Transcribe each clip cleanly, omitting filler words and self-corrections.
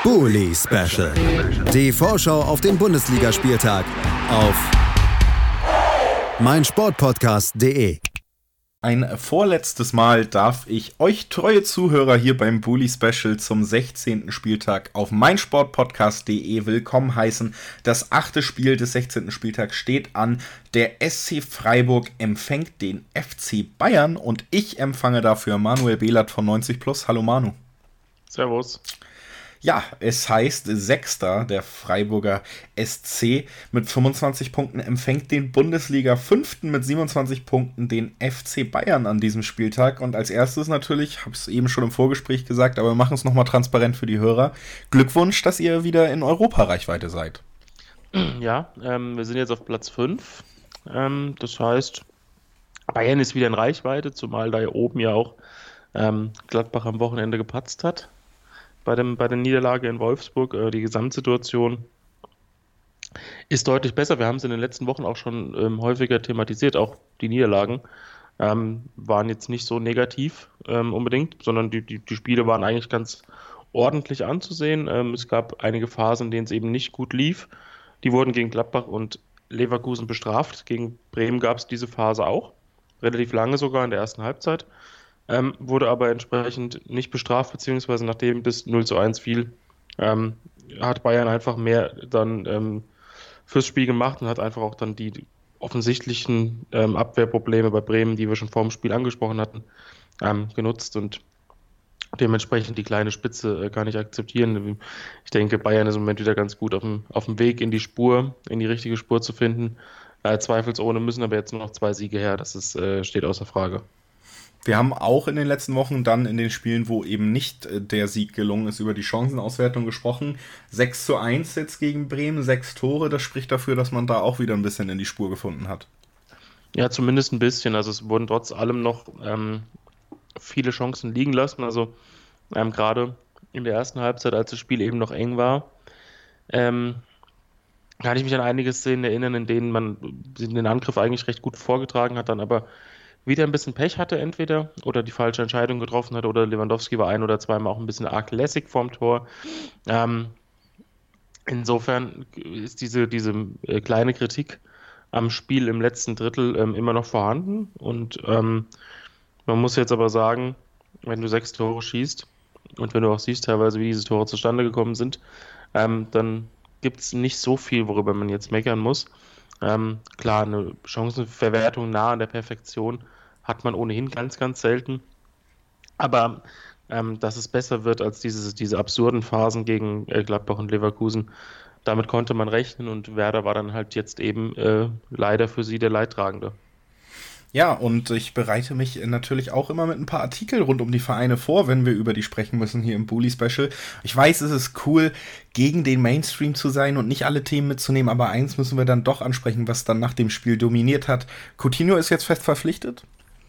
Bully Special. Die Vorschau auf den Bundesligaspieltag auf meinsportpodcast.de. Ein vorletztes Mal darf ich euch treue Zuhörer hier beim Bully Special zum 16. Spieltag auf meinsportpodcast.de willkommen heißen. Das 8. Spiel des 16. Spieltags steht an. Der SC Freiburg empfängt den FC Bayern und ich empfange dafür Manuel Behlert von 90+. Hallo Manu. Servus. Ja, es heißt Sechster, der Freiburger SC mit 25 Punkten empfängt den Bundesliga-Fünften mit 27 Punkten den FC Bayern an diesem Spieltag. Und als erstes natürlich, habe es eben schon im Vorgespräch gesagt, aber wir machen es nochmal transparent für die Hörer. Glückwunsch, dass ihr wieder in Europa-Reichweite seid. Ja, wir sind jetzt auf Platz 5. Das heißt, Bayern ist wieder in Reichweite, zumal da ja oben ja auch Gladbach am Wochenende gepatzt hat. Bei der Niederlage in Wolfsburg, die Gesamtsituation ist deutlich besser. Wir haben es in den letzten Wochen auch schon häufiger thematisiert, auch die Niederlagen waren jetzt nicht so negativ unbedingt, sondern die Spiele waren eigentlich ganz ordentlich anzusehen. Es gab einige Phasen, in denen es eben nicht gut lief. Die wurden gegen Gladbach und Leverkusen bestraft. Gegen Bremen gab es diese Phase auch, relativ lange sogar in der ersten Halbzeit. Wurde aber entsprechend nicht bestraft, beziehungsweise nachdem das 0:1 fiel, hat Bayern einfach mehr dann fürs Spiel gemacht und hat einfach auch dann die offensichtlichen Abwehrprobleme bei Bremen, die wir schon vor dem Spiel angesprochen hatten, genutzt und dementsprechend die kleine Spitze gar nicht akzeptieren. Ich denke, Bayern ist im Moment wieder ganz gut auf dem Weg in die richtige Spur zu finden. Zweifelsohne müssen aber jetzt nur noch 2 Siege her, steht außer Frage. Wir haben auch in den letzten Wochen dann in den Spielen, wo eben nicht der Sieg gelungen ist, über die Chancenauswertung gesprochen. 6:1 jetzt gegen Bremen, 6 Tore. Das spricht dafür, dass man da auch wieder ein bisschen in die Spur gefunden hat. Ja, zumindest ein bisschen. Also es wurden trotz allem noch viele Chancen liegen lassen. Also gerade in der ersten Halbzeit, als das Spiel eben noch eng war, kann ich mich an einige Szenen erinnern, in denen man den Angriff eigentlich recht gut vorgetragen hat, dann aber wieder ein bisschen Pech hatte entweder oder die falsche Entscheidung getroffen hat oder Lewandowski war ein- oder zweimal auch ein bisschen arg lässig vorm Tor. Insofern ist diese kleine Kritik am Spiel im letzten Drittel immer noch vorhanden und man muss jetzt aber sagen, wenn du 6 Tore schießt und wenn du auch siehst teilweise, wie diese Tore zustande gekommen sind, dann gibt es nicht so viel, worüber man jetzt meckern muss. Klar, eine Chancenverwertung nah an der Perfektion hat man ohnehin ganz, ganz selten. Aber dass es besser wird als diese absurden Phasen gegen Gladbach und Leverkusen, damit konnte man rechnen und Werder war dann halt jetzt eben leider für sie der Leidtragende. Ja, und ich bereite mich natürlich auch immer mit ein paar Artikel rund um die Vereine vor, wenn wir über die sprechen müssen hier im Bully Special. Ich weiß, es ist cool, gegen den Mainstream zu sein und nicht alle Themen mitzunehmen, aber eins müssen wir dann doch ansprechen, was dann nach dem Spiel dominiert hat. Coutinho ist jetzt fest verpflichtet?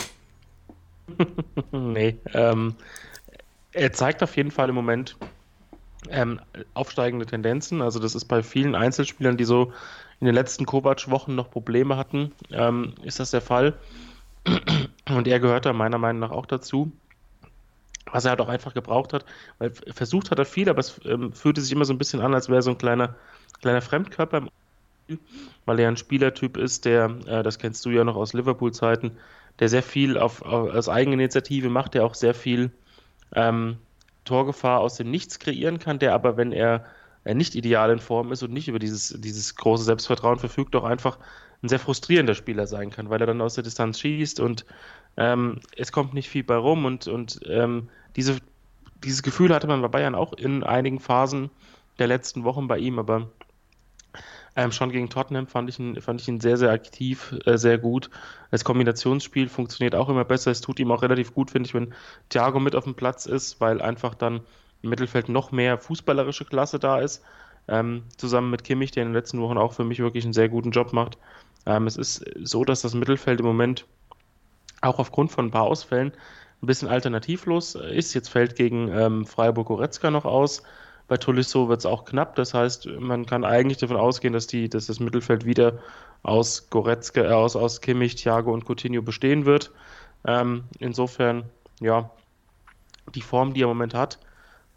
Nee, er zeigt auf jeden Fall im Moment aufsteigende Tendenzen. Also das ist bei vielen Einzelspielern, die so in den letzten Kovac-Wochen noch Probleme hatten, ist das der Fall. Und er gehört da meiner Meinung nach auch dazu. Was er halt auch einfach gebraucht hat, weil versucht hat er viel, aber es fühlte sich immer so ein bisschen an, als wäre so ein kleiner Fremdkörper im Spiel, weil er ein Spielertyp ist, der, das kennst du ja noch aus Liverpool-Zeiten, der sehr viel aus Eigeninitiative macht, der auch sehr viel Torgefahr aus dem Nichts kreieren kann, der aber, wenn er nicht ideal in Form ist und nicht über dieses große Selbstvertrauen verfügt, auch einfach ein sehr frustrierender Spieler sein kann, weil er dann aus der Distanz schießt und es kommt nicht viel bei rum und dieses Gefühl hatte man bei Bayern auch in einigen Phasen der letzten Wochen bei ihm, aber schon gegen Tottenham fand ich ihn sehr, sehr aktiv, sehr gut. Das Kombinationsspiel funktioniert auch immer besser. Es tut ihm auch relativ gut, finde ich, wenn Thiago mit auf dem Platz ist, weil einfach dann im Mittelfeld noch mehr fußballerische Klasse da ist. Zusammen mit Kimmich, der in den letzten Wochen auch für mich wirklich einen sehr guten Job macht. Es ist so, dass das Mittelfeld im Moment auch aufgrund von ein paar Ausfällen ein bisschen alternativlos ist. Jetzt fällt gegen Freiburg Goretzka noch aus. Bei Tolisso wird es auch knapp. Das heißt, man kann eigentlich davon ausgehen, dass das Mittelfeld wieder aus Goretzka, aus Kimmich, Thiago und Coutinho bestehen wird. Insofern, ja, die Form, die er im Moment hat,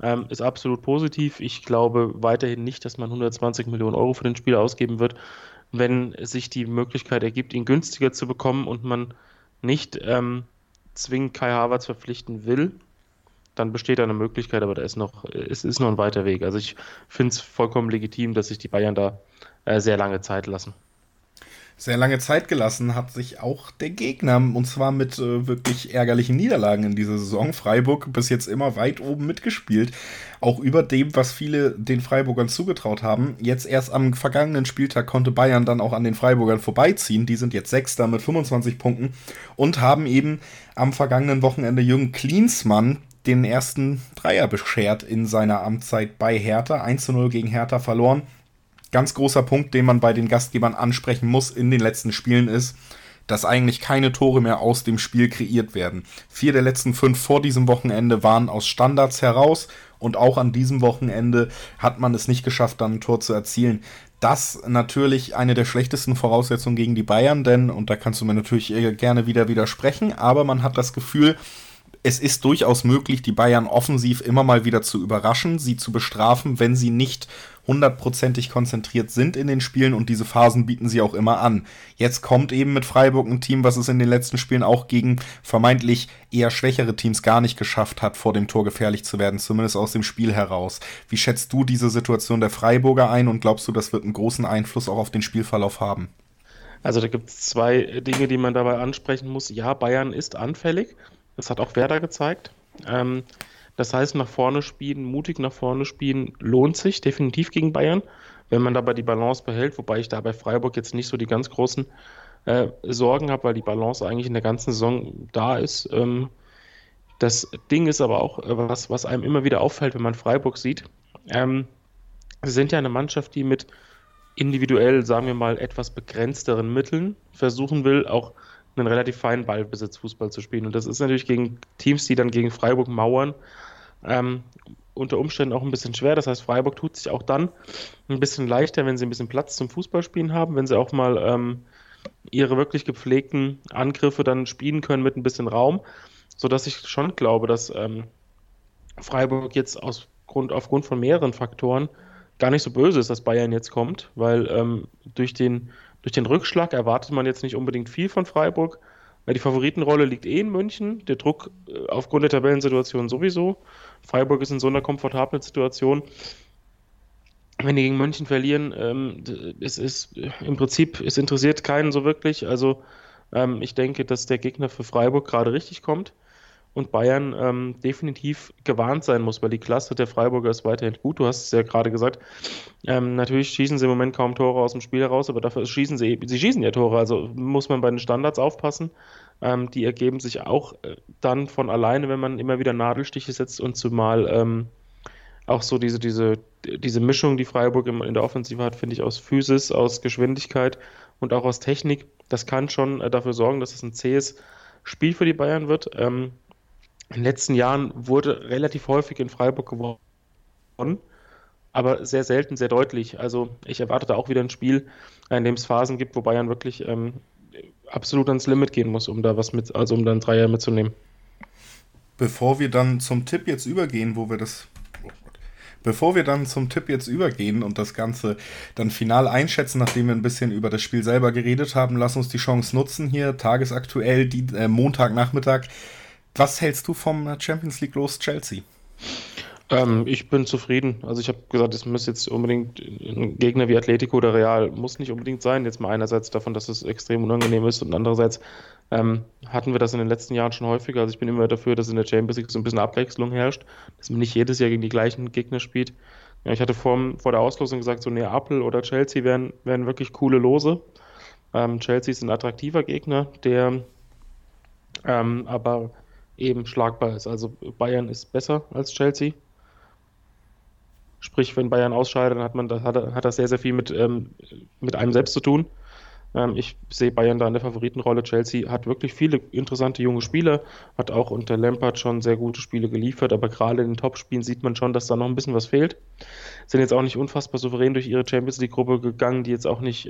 ist absolut positiv. Ich glaube weiterhin nicht, dass man 120 Millionen Euro für den Spieler ausgeben wird, wenn sich die Möglichkeit ergibt, ihn günstiger zu bekommen und man nicht zwingend Kai Havertz verpflichten will, dann besteht da eine Möglichkeit, aber es ist noch ein weiter Weg. Also ich finde es vollkommen legitim, dass sich die Bayern da sehr lange Zeit lassen. Sehr lange Zeit gelassen hat sich auch der Gegner, und zwar mit wirklich ärgerlichen Niederlagen in dieser Saison. Freiburg bis jetzt immer weit oben mitgespielt, auch über dem, was viele den Freiburgern zugetraut haben. Jetzt erst am vergangenen Spieltag konnte Bayern dann auch an den Freiburgern vorbeiziehen. Die sind jetzt Sechster mit 25 Punkten und haben eben am vergangenen Wochenende Jürgen Klinsmann den ersten Dreier beschert in seiner Amtszeit bei Hertha. 1:0 gegen Hertha verloren. Ganz großer Punkt, den man bei den Gastgebern ansprechen muss in den letzten Spielen ist, dass eigentlich keine Tore mehr aus dem Spiel kreiert werden. 4 der letzten 5 vor diesem Wochenende waren aus Standards heraus und auch an diesem Wochenende hat man es nicht geschafft, dann ein Tor zu erzielen. Das natürlich eine der schlechtesten Voraussetzungen gegen die Bayern, denn, und da kannst du mir natürlich gerne wieder widersprechen, aber man hat das Gefühl, es ist durchaus möglich, die Bayern offensiv immer mal wieder zu überraschen, sie zu bestrafen, wenn sie nicht 100%ig konzentriert sind in den Spielen, und diese Phasen bieten sie auch immer an. Jetzt kommt eben mit Freiburg ein Team, was es in den letzten Spielen auch gegen vermeintlich eher schwächere Teams gar nicht geschafft hat, vor dem Tor gefährlich zu werden, zumindest aus dem Spiel heraus. Wie schätzt du diese Situation der Freiburger ein und glaubst du, das wird einen großen Einfluss auch auf den Spielverlauf haben? Also da gibt es zwei Dinge, die man dabei ansprechen muss. Ja, Bayern ist anfällig. Das hat auch Werder gezeigt. Das heißt, nach vorne spielen, mutig nach vorne spielen, lohnt sich definitiv gegen Bayern, wenn man dabei die Balance behält, wobei ich da bei Freiburg jetzt nicht so die ganz großen Sorgen habe, weil die Balance eigentlich in der ganzen Saison da ist. Das Ding ist aber auch, was einem immer wieder auffällt, wenn man Freiburg sieht. Sie sind ja eine Mannschaft, die mit individuell, sagen wir mal, etwas begrenzteren Mitteln versuchen will, auch einen relativ feinen Ballbesitzfußball zu spielen. Und das ist natürlich gegen Teams, die dann gegen Freiburg mauern, unter Umständen auch ein bisschen schwer. Das heißt, Freiburg tut sich auch dann ein bisschen leichter, wenn sie ein bisschen Platz zum Fußballspielen haben, wenn sie auch mal ihre wirklich gepflegten Angriffe dann spielen können mit ein bisschen Raum, sodass ich schon glaube, dass Freiburg jetzt aufgrund von mehreren Faktoren gar nicht so böse ist, dass Bayern jetzt kommt, weil durch den Rückschlag erwartet man jetzt nicht unbedingt viel von Freiburg. Die Favoritenrolle liegt in München, der Druck aufgrund der Tabellensituation sowieso. Freiburg ist in so einer komfortablen Situation. Wenn die gegen München verlieren, es interessiert keinen so wirklich. Also ich denke, dass der Gegner für Freiburg gerade richtig kommt und Bayern definitiv gewarnt sein muss, weil die Klasse der Freiburger ist weiterhin gut. Du hast es ja gerade gesagt. Natürlich schießen sie im Moment kaum Tore aus dem Spiel heraus, aber dafür schießen sie ja Tore. Also muss man bei den Standards aufpassen. Die ergeben sich auch dann von alleine, wenn man immer wieder Nadelstiche setzt und zumal auch so diese Mischung, die Freiburg in der Offensive hat, finde ich, aus Physis, aus Geschwindigkeit und auch aus Technik. Das kann schon dafür sorgen, dass es ein zähes Spiel für die Bayern wird. In den letzten Jahren wurde relativ häufig in Freiburg gewonnen, aber sehr selten, sehr deutlich. Also ich erwarte da auch wieder ein Spiel, in dem es Phasen gibt, wo Bayern wirklich absolut ans Limit gehen muss, um da um dann 3 mitzunehmen. Bevor wir dann zum Tipp jetzt übergehen und das Ganze dann final einschätzen, nachdem wir ein bisschen über das Spiel selber geredet haben, lass uns die Chance nutzen hier, tagesaktuell, Montagnachmittag. Was hältst du vom Champions League los Chelsea? Ich bin zufrieden. Also ich habe gesagt, es muss jetzt unbedingt ein Gegner wie Atletico oder Real muss nicht unbedingt sein. Jetzt mal einerseits davon, dass es extrem unangenehm ist und andererseits hatten wir das in den letzten Jahren schon häufiger. Also ich bin immer dafür, dass in der Champions League so ein bisschen Abwechslung herrscht, dass man nicht jedes Jahr gegen die gleichen Gegner spielt. Ja, ich hatte vor der Auslosung gesagt, so Neapel oder Chelsea wären wirklich coole Lose. Chelsea ist ein attraktiver Gegner, der aber eben schlagbar ist. Also Bayern ist besser als Chelsea. Sprich, wenn Bayern ausscheidet, dann hat das sehr, sehr viel mit einem selbst zu tun. Ich sehe Bayern da in der Favoritenrolle. Chelsea hat wirklich viele interessante junge Spieler, hat auch unter Lampard schon sehr gute Spiele geliefert, aber gerade in den Topspielen sieht man schon, dass da noch ein bisschen was fehlt. Sind jetzt auch nicht unfassbar souverän durch ihre Champions League-Gruppe gegangen, die jetzt auch nicht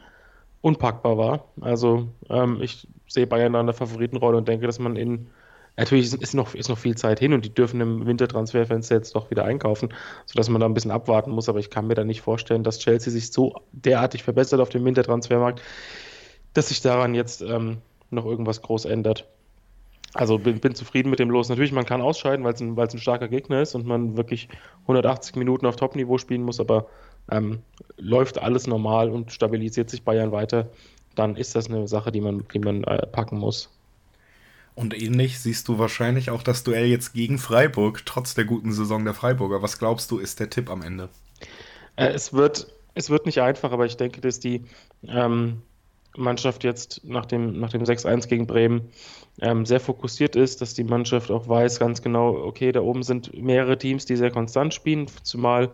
unpackbar war. Also ich sehe Bayern da in der Favoritenrolle und denke, dass man in Natürlich ist noch viel Zeit hin und die dürfen im Wintertransferfenster jetzt doch wieder einkaufen, sodass man da ein bisschen abwarten muss. Aber ich kann mir da nicht vorstellen, dass Chelsea sich so derartig verbessert auf dem Wintertransfermarkt, dass sich daran jetzt noch irgendwas groß ändert. Also bin zufrieden mit dem Los. Natürlich, man kann ausscheiden, weil es ein starker Gegner ist und man wirklich 180 Minuten auf Top-Niveau spielen muss, aber läuft alles normal und stabilisiert sich Bayern weiter, dann ist das eine Sache, die man packen muss. Und ähnlich siehst du wahrscheinlich auch das Duell jetzt gegen Freiburg, trotz der guten Saison der Freiburger. Was glaubst du, ist der Tipp am Ende? Es wird nicht einfach, aber ich denke, dass die Mannschaft jetzt nach dem 6-1 gegen Bremen sehr fokussiert ist, dass die Mannschaft auch weiß ganz genau, okay, da oben sind mehrere Teams, die sehr konstant spielen, zumal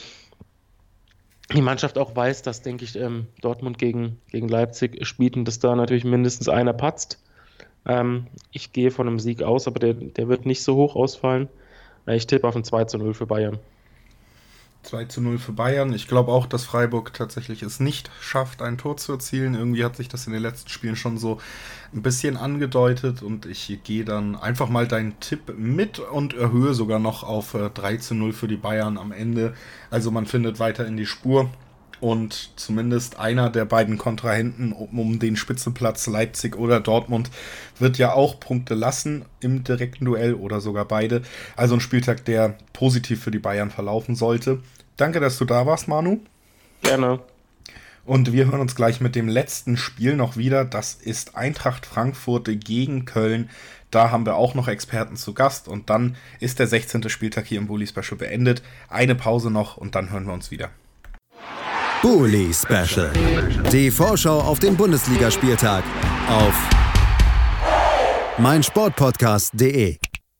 die Mannschaft auch weiß, dass, denke ich, Dortmund gegen Leipzig spielt und dass da natürlich mindestens einer patzt. Ich gehe von einem Sieg aus, aber der wird nicht so hoch ausfallen. Ich tippe auf ein 2-0 für Bayern. 2-0 für Bayern. Ich glaube auch, dass Freiburg tatsächlich es nicht schafft, ein Tor zu erzielen. Irgendwie hat sich das in den letzten Spielen schon so ein bisschen angedeutet und ich gehe dann einfach mal deinen Tipp mit und erhöhe sogar noch auf 3-0 für die Bayern am Ende. Also man findet weiter in die Spur. Und zumindest einer der beiden Kontrahenten um den Spitzenplatz, Leipzig oder Dortmund, wird ja auch Punkte lassen im direkten Duell oder sogar beide. Also ein Spieltag, der positiv für die Bayern verlaufen sollte. Danke, dass du da warst, Manu. Gerne. Und wir hören uns gleich mit dem letzten Spiel noch wieder. Das ist Eintracht Frankfurt gegen Köln. Da haben wir auch noch Experten zu Gast. Und dann ist der 16. Spieltag hier im Bully Special beendet. Eine Pause noch und dann hören wir uns wieder. Bully Special. Die Vorschau auf den Bundesligaspieltag auf meinsportpodcast.de.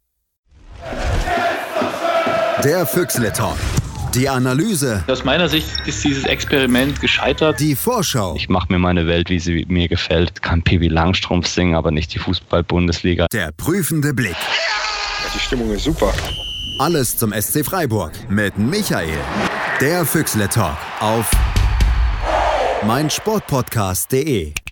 Der Füchsle Talk. Die Analyse. Aus meiner Sicht ist dieses Experiment gescheitert. Die Vorschau. Ich mache mir meine Welt, wie sie mir gefällt. Kann Pippi Langstrumpf singen, aber nicht die Fußball-Bundesliga. Der prüfende Blick. Die Stimmung ist super. Alles zum SC Freiburg mit Michael. Der Füchsle Talk auf meinsportpodcast.de.